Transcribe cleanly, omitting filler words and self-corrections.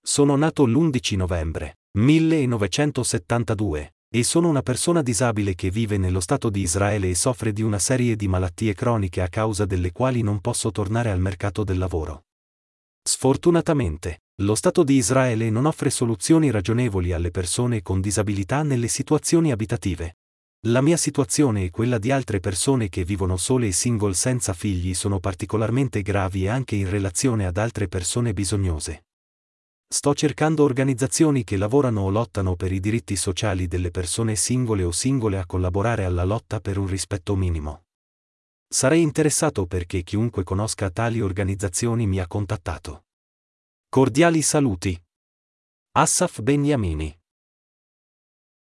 Sono nato l'11 novembre 1972 e sono una persona disabile che vive nello Stato di Israele e soffre di una serie di malattie croniche a causa delle quali non posso tornare al mercato del lavoro. Sfortunatamente, lo Stato di Israele non offre soluzioni ragionevoli alle persone con disabilità nelle situazioni abitative. La mia situazione e quella di altre persone che vivono sole e single senza figli sono particolarmente gravi anche in relazione ad altre persone bisognose. Sto cercando organizzazioni che lavorano o lottano per i diritti sociali delle persone singole o singole a collaborare alla lotta per un rispetto minimo. Sarei interessato perché chiunque conosca tali organizzazioni mi ha contattato. Cordiali saluti. Assaf Beniamini.